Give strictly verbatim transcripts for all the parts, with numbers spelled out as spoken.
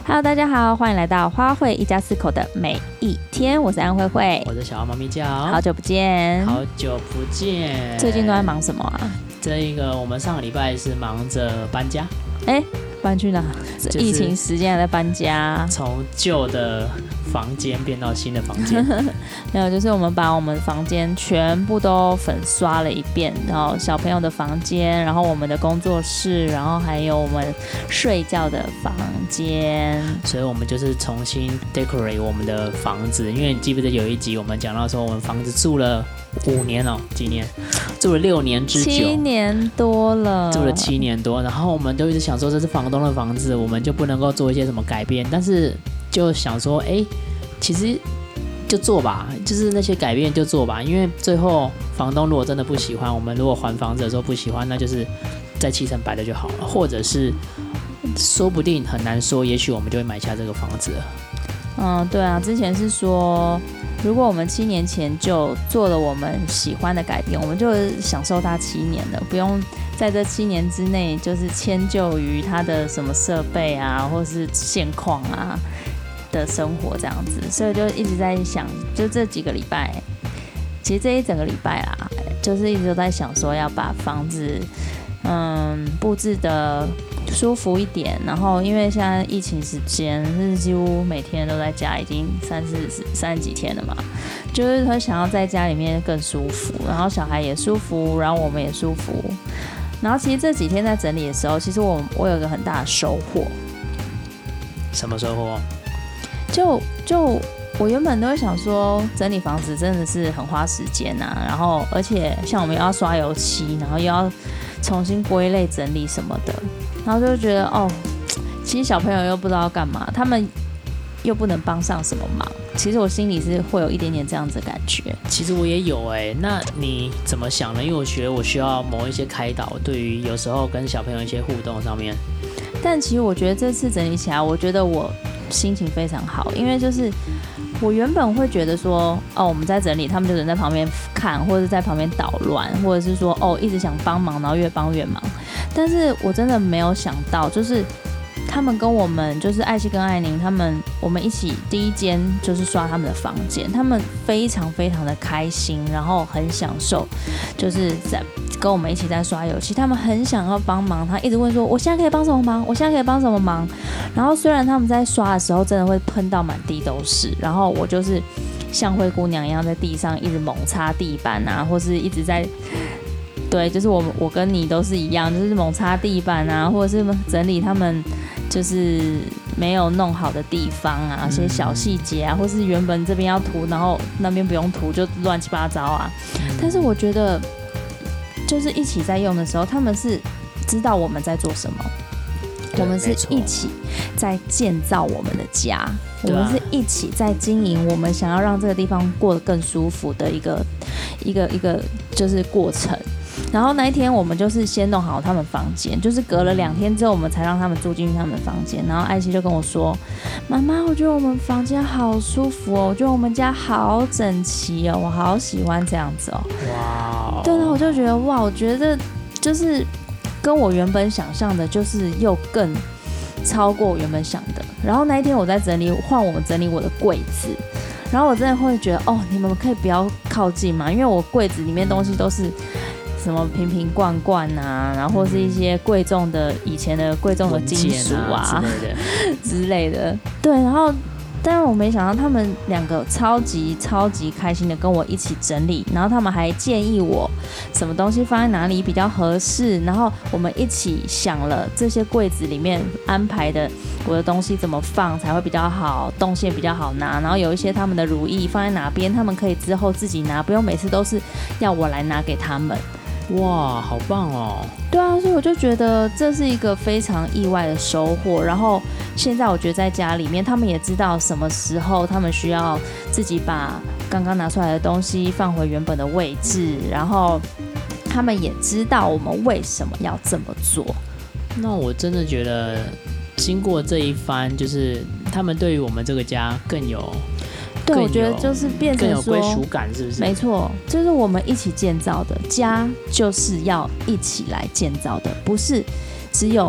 Hello， 大家好，欢迎来到花卉一家四口的每一天，我是安慧慧， 我是小猫咪叫， 好久不见， 好久不见。 最近都在忙什么啊？ 这一个我们上个礼拜是忙着搬家， 哎，搬去哪？ 就是疫情时间还在搬家， 从旧的房间变到新的房间。 没有，就是我们把我们房间全部都粉刷了一遍，然后小朋友的房间，然后我们的工作室，然后还有我们睡觉的房间， 所以我们就是重新 decorate 我们的房子。因为你记不记得有一集我们讲到说，我们房子住了五年哦，几年？住了六年之久， 七年多了， 住了七年多。然后我们都一直想说，这是房东的房子，我们就不能够做一些什么改变，但是就想说，哎，其实就做吧，就是那些改变就做吧。因为最后房东如果真的不喜欢，我们如果还房子的时候不喜欢，那就是在七成白的就好了，或者是说不定很难说，也许我们就会买下这个房子了。 嗯，对啊，之前是说，如果我们七年前就做了我们喜欢的改变，我们就享受它七年了，不用在这七年之内就是迁就于它的什么设备啊，或是现况啊的生活这样子，所以就一直在想，就这几个礼拜，其实这一整个礼拜啦，就是一直都在想说要把房子嗯布置的舒服一点，然后因为现在疫情时间是几乎每天都在家，已经三四三十几天了嘛，就是他想要在家里面更舒服，然后小孩也舒服，然后我们也舒服。然后其实这几天在整理的时候，其实我我有一个很大的收获。 什么收获？ 就就我原本都会想说，整理房子真的是很花时间啊，然后而且像我们又要刷油漆，然后又要重新归类整理什么的，然后就觉得哦，其实小朋友又不知道干嘛，他们又不能帮上什么忙，其实我心里是会有一点点这样子的感觉。 其实我也有哎、欸，那你怎么想呢？因为我觉得我需要某一些开导，对于有时候跟小朋友一些互动上面。 但其实我觉得这次整理起来，我觉得我心情非常好，因为就是我原本会觉得说，哦，我们在整理，他们就人在旁边看，或者在旁边捣乱，或者是说，哦，一直想帮忙，然后越帮越忙。但是我真的没有想到，就是他们跟我们，就是艾希跟艾宁，他们我们一起第一间就是刷他们的房间，他们非常非常的开心，然后很享受，就是在跟我们一起在刷油漆，他们很想要帮忙，他一直问说，我现在可以帮什么忙？我现在可以帮什么忙？然后虽然他们在刷的时候真的会喷到满地都是，然后我就是像灰姑娘一样在地上一直猛擦地板啊，或是一直在。对，就是我我跟你都是一样，就是猛擦地板啊，或者是整理他们就是没有弄好的地方啊，一些小细节啊，或是原本这边要涂，然后那边不用涂，就乱七八糟啊。但是我觉得，就是一起在用的时候，他们是知道我们在做什么，我们是一起在建造我们的家，我们是一起在经营我们想要让这个地方过得更舒服的一个一个一个就是过程。然后那一天我们就是先弄好他们房间，就是隔了两天之后我们才让他们住进去他们房间。然后艾希就跟我说，妈妈，我觉得我们房间好舒服哦，我觉得我们家好整齐哦，我好喜欢这样子哦。 哇！ 对啊，我就觉得哇，我觉得就是跟我原本想象的，就是又更超过我原本想的。然后那一天我在整理，换我们整理我的柜子，然后我真的会觉得，哦，你们可以不要靠近嘛，因为我柜子里面东西都是什么瓶瓶罐罐啊，然后或是一些贵重的以前的贵重的金属啊, 啊之类的之类的。对，然后但是我没想到他们两个超级超级开心的跟我一起整理，然后他们还建议我什么东西放在哪里比较合适，然后我们一起想了这些柜子里面安排的我的东西怎么放才会比较好，动线比较好拿，然后有一些他们的如意放在哪边，他们可以之后自己拿，不用每次都是要我来拿给他们。 哇，好棒哦！ 对啊，所以我就觉得这是一个非常意外的收获。然后现在我觉得在家里面，他们也知道什么时候他们需要自己把刚刚拿出来的东西放回原本的位置，然后他们也知道我们为什么要这么做。 那我真的觉得，经过这一番，就是他们对于我们这个家更有。 对，我觉得就是变成说更有归属感，是不是？ 没错，就是我们一起建造的家，就是要一起来建造的，不是只有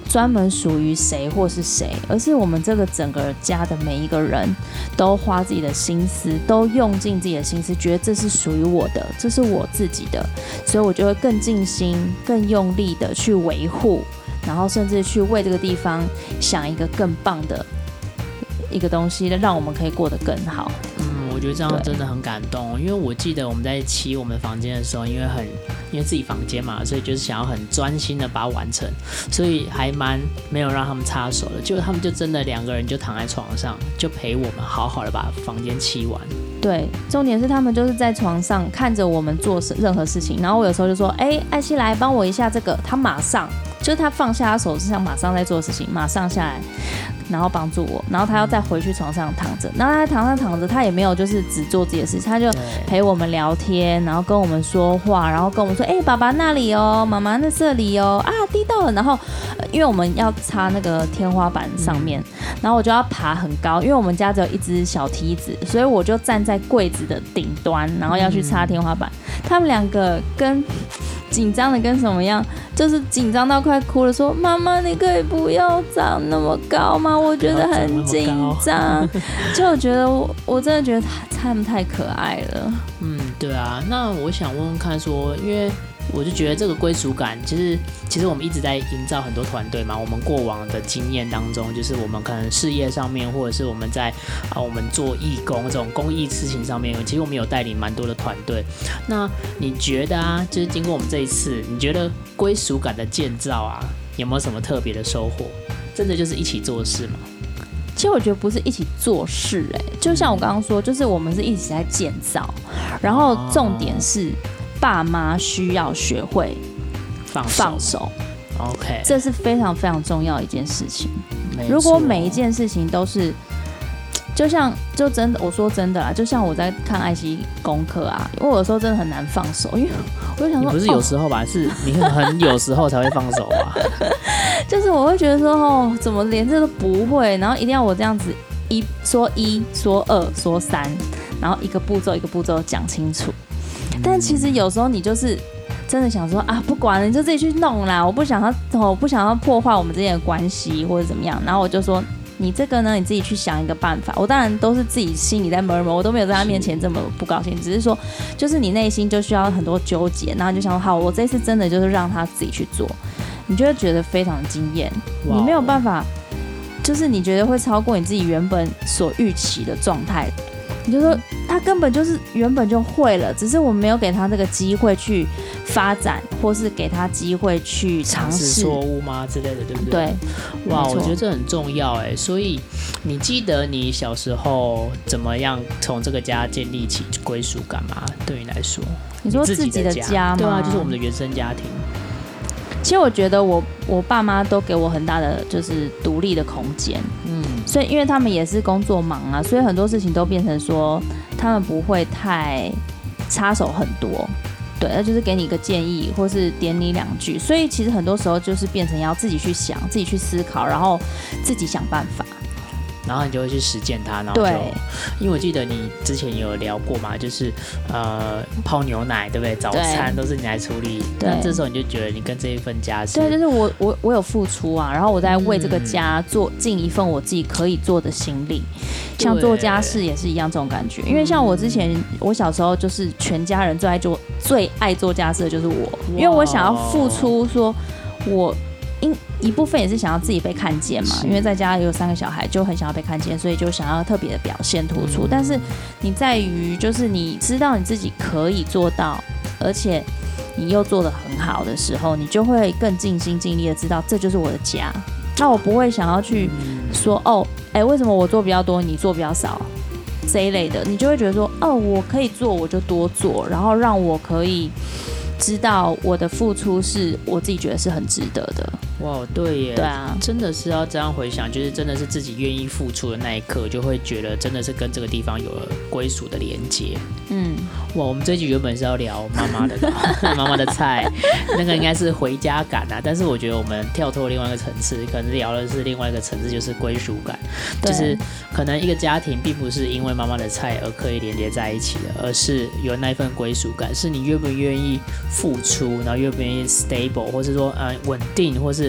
专门属于谁或是谁，而是我们这个整个家的每一个人都花自己的心思，都用尽自己的心思，觉得这是属于我的，这是我自己的，所以我就会更尽心、更用力的去维护，然后甚至去为这个地方想一个更棒的一个东西，让我们可以过得更好。 嗯，我觉得这样真的很感动，因为我记得我们在漆我们房间的时候，因为很因为自己房间嘛，所以就是想要很专心的把它完成，所以还蛮没有让他们插手的，就他们就真的两个人就躺在床上，就陪我们好好的把房间漆完。 对，重点是他们就是在床上看着我们做任何事情，然后我有时候就说：“哎，艾希来帮我一下这个。”他马上就是他放下他手上马上在做事情，马上下来，然后帮助我，然后他要再回去床上躺着。然后他在床上躺着，他也没有就是只做自己的事情，他就陪我们聊天，然后跟我们说话，然后跟我们说：“哎，爸爸那里哦，妈妈那这里哦，啊滴到了。”然后、呃、因为我们要擦那个天花板上面，然后我就要爬很高，因为我们家只有一只小梯子，所以我就站在柜子的顶端，然后要去擦天花板。嗯、他们两个跟紧张的跟什么样？就是紧张到快哭了，说：“妈妈，你可以不要长那么高吗？我觉得很紧张。”就我觉得我，我真的觉得他们太可爱了。 嗯，对啊。那我想问问看说，因为我就觉得这个归属感，其实其实我们一直在营造很多团队嘛。我们过往的经验当中，就是我们可能事业上面，或者是我们在啊我们做义工这种公益事情上面，其实我们有带领蛮多的团队。那你觉得啊，就是经过我们这一次，你觉得归属感的建造啊，有没有什么特别的收获？真的就是一起做事吗？ 其实我觉得不是一起做事、欸，就像我刚刚说，就是我们是一起在建造，然后重点是爸妈需要学会放手。放手 OK， 这是非常非常重要的一件事情。如果每一件事情都是，就像就真的，我说真的啦，就像我在看艾希功课啊，因为我有时候真的很难放手，因为我就想说， 你不是有时候吧，哦、是你很有时候才会放手吧？ 就是我会觉得说，哦，怎么连这都不会，然后一定要我这样子一说一说二说三，然后一个步骤一个步骤讲清楚。但其实有时候你就是真的想说啊，不管了，你就自己去弄啦，我不想要，我不想要破坏我们之间的关系或者怎么样。然后我就说，你这个呢，你自己去想一个办法。我当然都是自己心里在 murmur， 我都没有在他面前这么不高兴，只是说，就是你内心就需要很多纠结，然后你就想说，好，我这次真的就是让他自己去做，你就会觉得非常的惊艳，你没有办法，就是你觉得会超过你自己原本所预期的状态。你就说他根本就是原本就会了，只是我们没有给他这个机会去发展，或是给他机会去尝试错误吗之类的，对不对？ 对， 哇，我觉得这很重要哎。所以你记得你小时候怎么样从这个家建立起归属感吗？对你来说， 你说自己的家吗？ 对啊，就是我们的原生家庭。 其实我觉得我我爸妈都给我很大的就是独立的空间，嗯，所以因为他们也是工作忙啊，所以很多事情都变成说他们不会太插手很多，对，那就是给你一个建议或是点你两句，所以其实很多时候就是变成要自己去想，自己去思考，然后自己想办法。 然后你就会去实践它，然后就，因为我记得你之前有聊过嘛，就是呃泡牛奶，对不对？早餐都是你来处理，那这时候你就觉得你跟这一份家是， 对，就是我我我有付出啊，然后我在为这个家做尽一份我自己可以做的心力，像做家事也是一样这种感觉。因为像我之前我小时候就是全家人最爱做最爱做家事的就是我，因为我想要付出说我。因一部分也是想要自己被看见嘛，因为在家有三个小孩，就很想要被看见，所以就想要特别的表现突出。嗯、但是你在于就是你知道你自己可以做到，而且你又做得很好的时候，你就会更尽心尽力的知道这就是我的家。那我不会想要去说哦，哎，为什么我做比较多，你做比较少这一类的，你就会觉得说哦，我可以做我就多做，然后让我可以知道我的付出是我自己觉得是很值得的。 哇，对耶， 对啊， 真的是要这样回想，就是真的是自己愿意付出的那一刻，就会觉得真的是跟这个地方有了归属的连接。嗯，哇，我们这一集原本是要聊妈妈的妈妈的菜，那个应该是回家感啊，但是我觉得我们跳脱另外一个层次，可能聊的是另外一个层次，就是归属感，就是可能一个家庭并不是因为妈妈的菜而可以连接在一起的，而是有那份归属感，是你愿不愿意付出，然后愿不愿意 stable， 或是说呃稳定，或是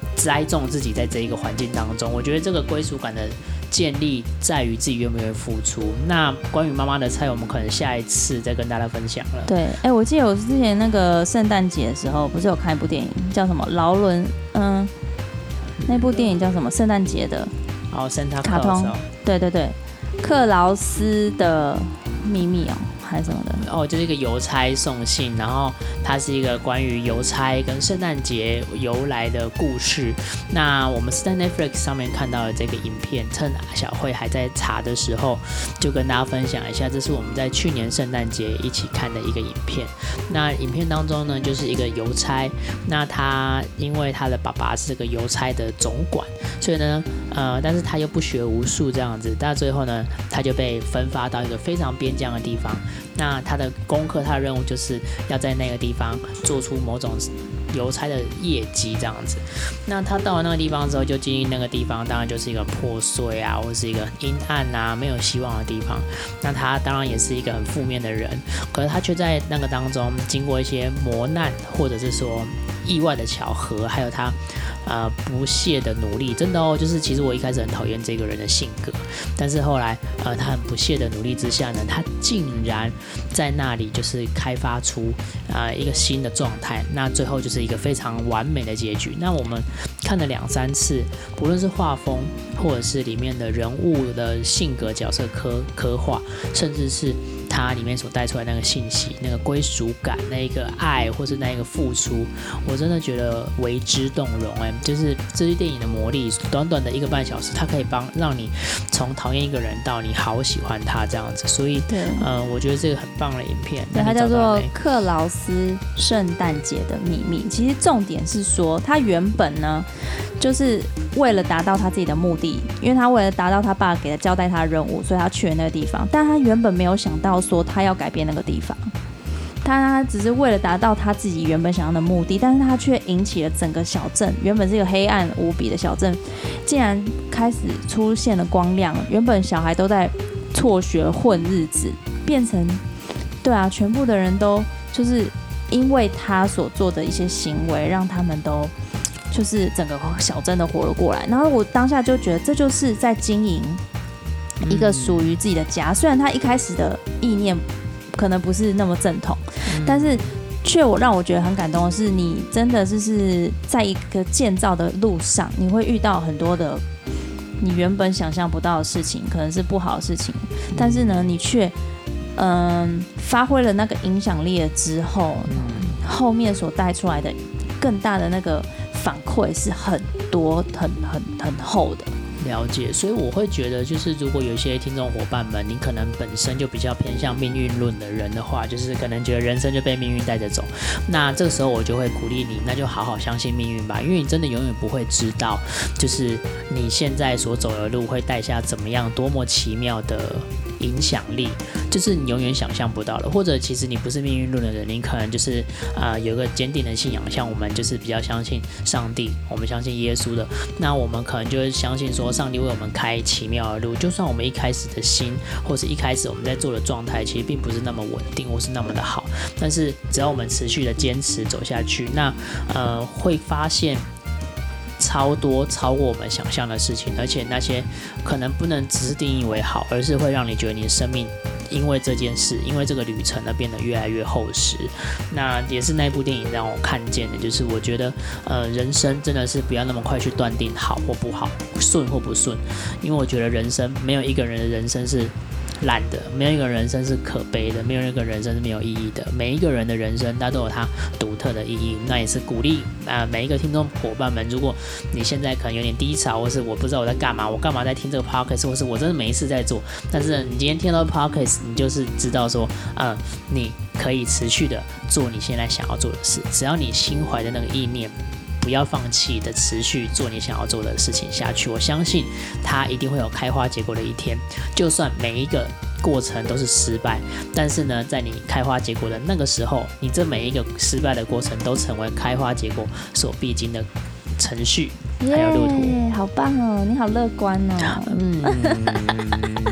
栽种自己在这一个环境当中。我觉得这个归属感的建立在于自己愿不愿意付出。那关于妈妈的菜，我们可能下一次再跟大家分享了。 对，哎、欸，我记得我之前那个圣诞节的时候，不是有看一部电影叫什么劳伦，嗯，那部电影叫什么？圣诞节的哦，圣诞卡通，对对对，克劳斯的秘密哦。还是什么的哦，就是一个邮差送信，然后它是一个关于邮差跟圣诞节由来的故事。那我们是在 Netflix 上面看到了这个影片，趁小慧还在查的时候，就跟大家分享一下，这是我们在去年圣诞节一起看的一个影片。那影片当中呢，就是一个邮差，那他因为他的爸爸是个邮差的总管，所以呢，呃，但是他又不学无术这样子，但最后呢，他就被分发到一个非常边疆的地方。那他的功课，他的任务就是要在那个地方做出某种邮差的业绩这样子。那他到了那个地方之后，就经历那个地方，当然就是一个破碎啊，或是一个阴暗啊、没有希望的地方。那他当然也是一个很负面的人，可是他却在那个当中经过一些磨难，或者是说意外的巧合，还有他呃不懈的努力，真的哦，就是其实我一开始很讨厌这个人的性格，但是后来呃他很不懈的努力之下呢，他竟然在那里就是开发出呃一个新的状态，那最后就是一个非常完美的结局。那我们看了两三次，不论是画风，或者是里面的人物的性格角色刻刻画，甚至是它里面所带出来那个信息，那个归属感，那个爱，或是那个付出，我真的觉得为之动容。哎，就是这些电影的魔力，短短的一个半小时，它可以帮让你从讨厌一个人到你好喜欢他这样子。所以，对，呃，我觉得这个很棒的影片。 对，它叫做《克劳斯圣诞节的秘密》。其实重点是说，他原本呢，就是为了达到他自己的目的，因为他为了达到他爸给他交代他的任务，所以他去了那个地方。但他原本没有想到说他要改变那个地方，他只是为了达到他自己原本想要的目的，但是他却引起了整个小镇，原本是一个黑暗无比的小镇，竟然开始出现了光亮。原本小孩都在辍学混日子，变成对啊，全部的人都就是因为他所做的一些行为，让他们都就是整个小镇都活了过来。然后我当下就觉得，这就是在经营一个属于自己的家。虽然他一开始的意念可能不是那么正统，但是却我让我觉得很感动的是，你真的就是在一个建造的路上，你会遇到很多的你原本想象不到的事情，可能是不好的事情，但是呢，你却嗯发挥了那个影响力了之后，后面所带出来的更大的那个反馈是很多、很很很厚的。 了解，所以我会觉得，就是如果有一些听众伙伴们，你可能本身就比较偏向命运论的人的话，就是可能觉得人生就被命运带着走，那这个时候我就会鼓励你，那就好好相信命运吧，因为你真的永远不会知道，就是你现在所走的路会带下怎么样多么奇妙的影响力，就是你永远想象不到的。或者其实你不是命运论的人，你可能就是呃有个坚定的信仰，像我们就是比较相信上帝，我们相信耶稣的，那我们可能就会相信说上帝为我们开奇妙的路，就算我们一开始的心或是一开始我们在做的状态其实并不是那么稳定或是那么的好，但是只要我们持续的坚持走下去，那呃会发现超多超过我们想象的事情，而且那些可能不能只是定义为好，而是会让你觉得你的生命因为这件事，因为这个旅程呢变得越来越厚实。那也是那部电影让我看见的，就是我觉得呃人生真的是不要那么快去断定好或不好，顺或不顺，因为我觉得人生没有一个人的人生是烂的，没有一个人生是可悲的，没有一个人生是没有意义的，每一个人的人生它都有它独特的意义。那也是鼓励啊、呃、每一个听众伙伴们，如果你现在可能有点低潮，或是我不知道我在干嘛，我干嘛在听这个 podcast， 或是我真的没事在做，但是你今天听到 podcast， 你就是知道说呃你可以持续的做你现在想要做的事，只要你心怀的那个意念不要放弃的持续做你想要做的事情下去，我相信它一定会有开花结果的一天。就算每一个过程都是失败，但是呢，在你开花结果的那个时候，你这每一个失败的过程都成为开花结果所必经的程序还有路途。 耶，好棒哦，你好乐观哦。嗯，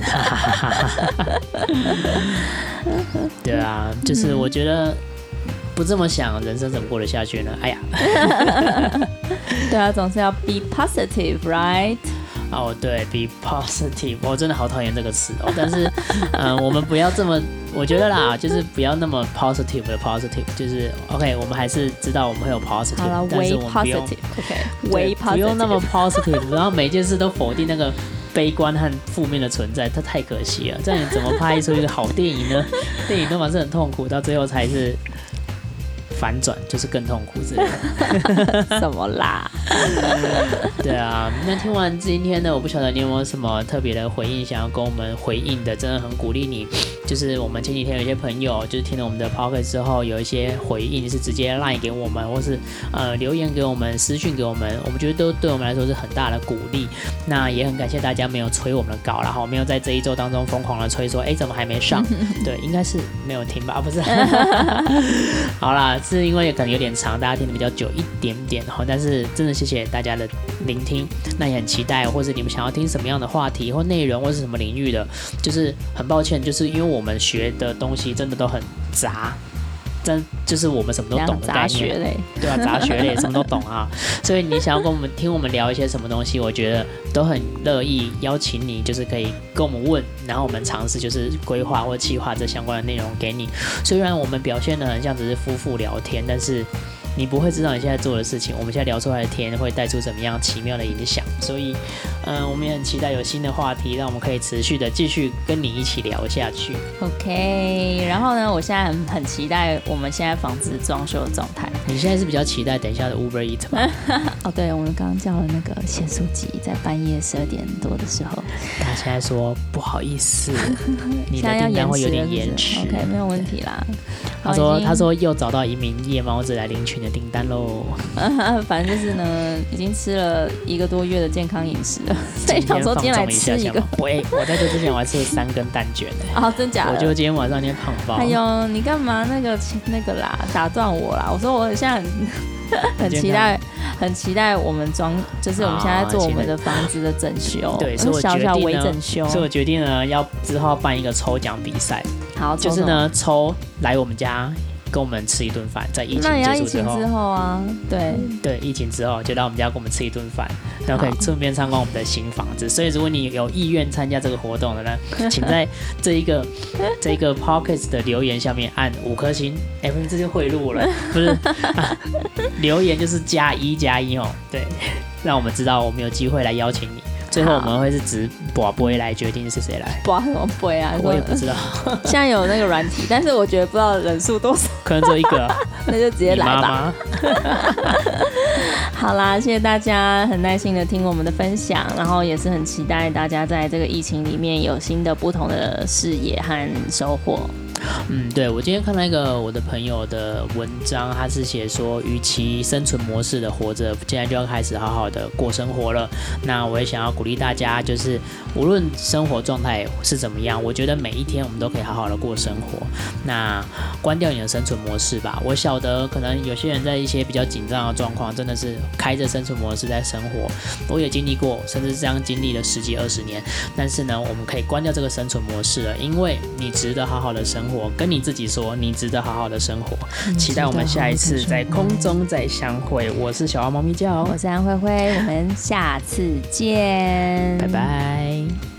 对啊，就是我觉得不这么想，人生怎么过得下去呢？哎呀， 对啊，总是要 be positive，right？ 哦，对 ，be positive， 我真的好讨厌这个词哦。但是，嗯、呃，我们不要这么，我觉得啦，就是不要那么 positive 的 positive， 就是 OK， 我们还是知道我们会有 positive， 好了， 但是我们不用 ，way positive，OK，way positive， 不用那么 positive， 然后每件事都否定那个悲观和负面的存在，它太可惜了。这样你怎么拍出一个好电影呢？电影都嘛是很痛苦，到最后才是反转，就是更痛苦之类的。 什么啦？ 对啊，那听完今天呢，我不晓得你有没有什么特别的回应想要跟我们回应的，真的很鼓励你。就是我们前几天有一些朋友，就是听了我们的 podcast 之后，有一些回应是直接 line 给我们，或是呃留言给我们、私讯给我们，我们觉得都对我们来说是很大的鼓励。那也很感谢大家没有催我们的稿，然后没有在这一周当中疯狂的催说，哎，怎么还没上？对，应该是没有听吧？不是？好啦，是因为可能有点长，大家听的比较久一点点，但是真的谢谢大家的聆听。那也很期待，或是你们想要听什么样的话题或内容，或是什么领域的，就是很抱歉，就是因为我们学的东西真的都很杂。真就是我们什么都懂的概念，杂学类，对啊，杂学类什么都懂啊，所以你想要跟我们听我们聊一些什么东西，我觉得都很乐意邀请你，就是可以跟我们问，然后我们尝试就是规划或企划这相关的内容给你。虽然我们表现得很像只是夫妇聊天，但是你不会知道你现在做的事情，我们现在聊出来的天会带出怎么样奇妙的影响。所以，嗯、呃，我们也很期待有新的话题，让我们可以持续的继续跟你一起聊下去。 OK， 然后呢，我现在很很期待我们现在房子装修的状态。 你现在是比较期待等一下的 Uber Eats 吗？ 哦，对，我们刚刚叫了那个咸酥鸡，在半夜十二点多的时候， 他现在说不好意思，你的订单会有点延迟。 OK， 没有问题啦。 他说他说又找到一名夜猫子来领取你的订单喽。 反正就是呢，已经吃了一个多月的健康饮食了，所以想说今天来吃一个。 喂，我在这之前我还吃了三根蛋卷呢、 欸。哦，真假的？ 我觉得今天晚上有点胖爆。 哎呦，你干嘛那个那个啦，打断我啦！我说我现在很很期待，很期待我们装，就是我们现在做我们的房子的整修， 对，所以我小小微整修， 所以我决定呢，要之后办一个抽奖比赛。 好， 就是呢，抽来我们家跟我们吃一顿饭，在疫情结束之后。那也要疫情之后啊，对对，疫情之后就来我们家跟我们吃一顿饭，然后可以顺便参观我们的新房子。所以如果你有意愿参加这个活动的呢，请在这一个这一个 podcast 的留言下面按五颗星。哎，不是，这就贿赂了，不是、啊？留言就是加一加一哦，对，让我们知道我们有机会来邀请你。最后我们会是直播播来决定是谁来， 播什么播啊？ 我也不知道。 现在有那个软体，但是我觉得不知道人数多少， 可能只有一个、啊， 那就直接来吧。 你妈妈好啦，谢谢大家很耐心的听我们的分享，然后也是很期待大家在这个疫情里面有新的不同的视野和收获。 嗯，对，我今天看到一个我的朋友的文章，他是写说，与其生存模式的活着，现在就要开始好好的过生活了。那我也想要鼓励大家，就是无论生活状态是怎么样，我觉得每一天我们都可以好好的过生活。那关掉你的生存模式吧。我晓得可能有些人在一些比较紧张的状况，真的是开着生存模式在生活。我也经历过，甚至这样经历了十几二十年。但是呢，我们可以关掉这个生存模式了，因为你值得好好的生活。跟你自己说，你值得好好的生活。期待我们下一次在空中再相会。我是小花猫咪叫， 我是安慧慧，我们下次见， 拜拜。